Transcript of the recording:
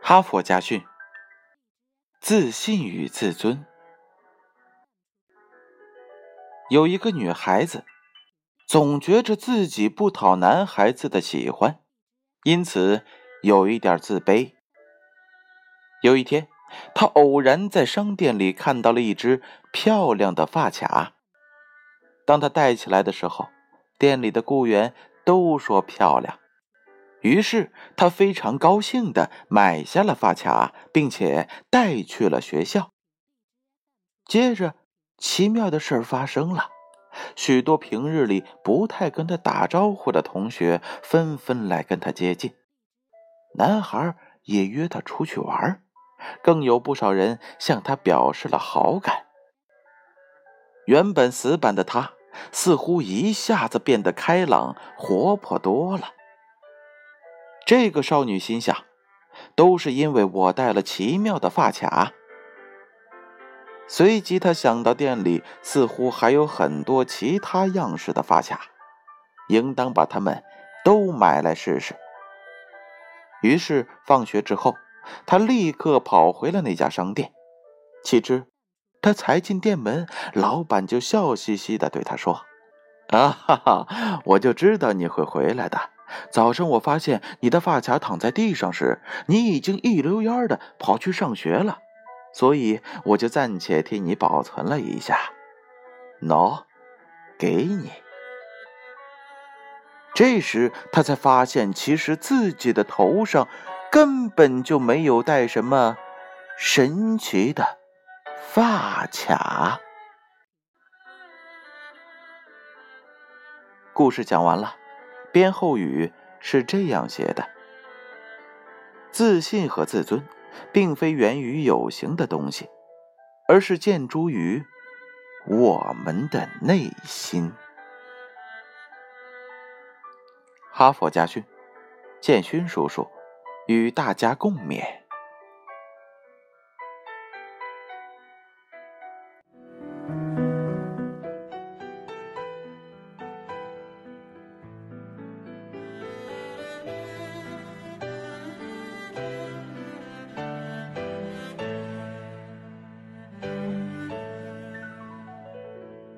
哈佛家训：自信与自尊。有一个女孩子，总觉着自己不讨男孩子的喜欢，因此有一点自卑。有一天，她偶然在商店里看到了一只漂亮的发卡。当她戴起来的时候，店里的雇员都说漂亮。于是她非常高兴地买下了发卡，并且带去了学校。接着，奇妙的事发生了。许多平日里不太跟她打招呼的同学纷纷来跟她接近，男孩也约她出去玩，更有不少人向她表示了好感。原本死板的她似乎一下子变得开朗活泼多了。这个少女心想，都是因为我戴了奇妙的发卡。随即她想到店里似乎还有很多其他样式的发卡，应当把它们都买来试试。于是放学之后，她立刻跑回了那家商店。岂知她才进店门，老板就笑嘻嘻地对她说：啊哈哈，我就知道你会回来的。早上我发现你的发卡躺在地上时，你已经一溜烟的跑去上学了，所以我就暂且替你保存了一下。喏，给你。这时他才发现，其实自己的头上根本就没有戴什么神奇的发卡。故事讲完了，编后语是这样写的：自信和自尊并非源于有形的东西，而是建筑于我们的内心。哈佛家训，建勋叔叔与大家共勉。